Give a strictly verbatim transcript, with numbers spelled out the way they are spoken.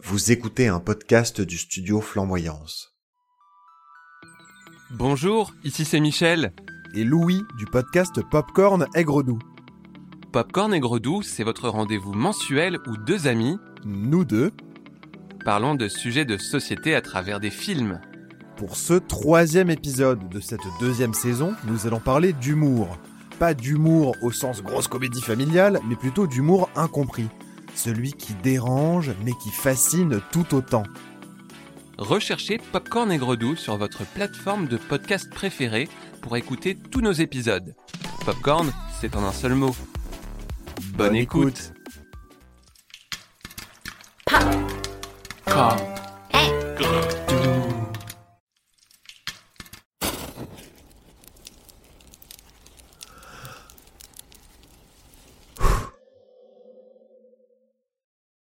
Vous écoutez un podcast du studio Flamboyance. Bonjour, ici c'est Michel. Et Louis du podcast Popcorn Aigre-Doux. Popcorn Aigre-Doux, c'est votre rendez-vous mensuel où deux amis, nous deux, parlons de sujets de société à travers des films. Pour ce troisième épisode de cette deuxième saison, nous allons parler d'humour. Pas d'humour au sens grosse comédie familiale, mais plutôt d'humour incompris. Celui qui dérange, mais qui fascine tout autant. Recherchez Popcorn Aigre-Doux sur votre plateforme de podcast préférée pour écouter tous nos épisodes. Popcorn, c'est en un seul mot. Bonne, Bonne écoute. écoute. Pop. Corn. Aigre.